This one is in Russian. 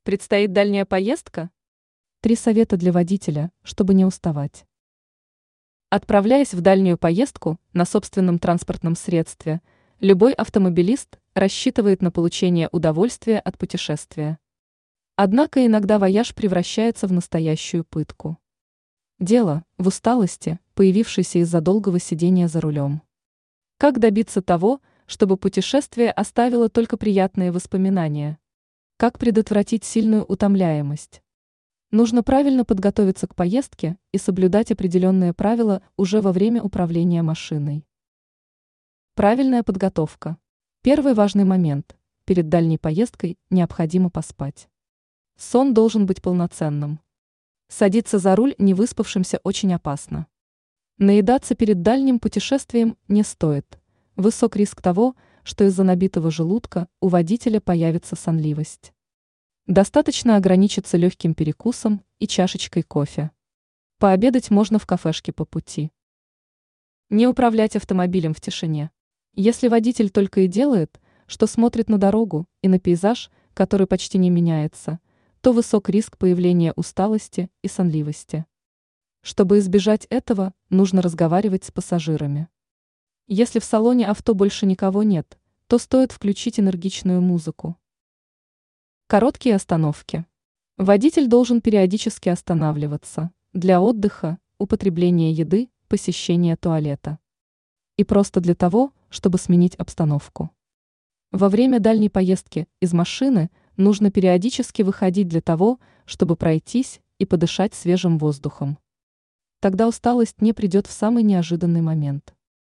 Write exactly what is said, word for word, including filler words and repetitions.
Предстоит дальняя поездка? Три совета для водителя, чтобы не уставать. Отправляясь в дальнюю поездку на собственном транспортном средстве, любой автомобилист рассчитывает на получение удовольствия от путешествия. Однако иногда вояж превращается в настоящую пытку. Дело в усталости, появившейся из-за долгого сидения за рулем. Как добиться того, чтобы путешествие оставило только приятные воспоминания? Как предотвратить сильную утомляемость? Нужно правильно подготовиться к поездке и соблюдать определенные правила уже во время управления машиной. Правильная подготовка. Первый важный момент. Перед дальней поездкой необходимо поспать. Сон должен быть полноценным. Садиться за руль невыспавшимся очень опасно. Наедаться перед дальним путешествием не стоит. Высок риск того, что из-за набитого желудка у водителя появится сонливость. Достаточно ограничиться легким перекусом и чашечкой кофе. Пообедать можно в кафешке по пути. Не управлять автомобилем в тишине. Если водитель только и делает, что смотрит на дорогу и на пейзаж, который почти не меняется, то высок риск появления усталости и сонливости. Чтобы избежать этого, нужно разговаривать с пассажирами. Если в салоне авто больше никого нет, то стоит включить энергичную музыку. Короткие остановки. Водитель должен периодически останавливаться для отдыха, употребления еды, посещения туалета. И просто для того, чтобы сменить обстановку. Во время дальней поездки из машины нужно периодически выходить для того, чтобы пройтись и подышать свежим воздухом. Тогда усталость не придет в самый неожиданный момент.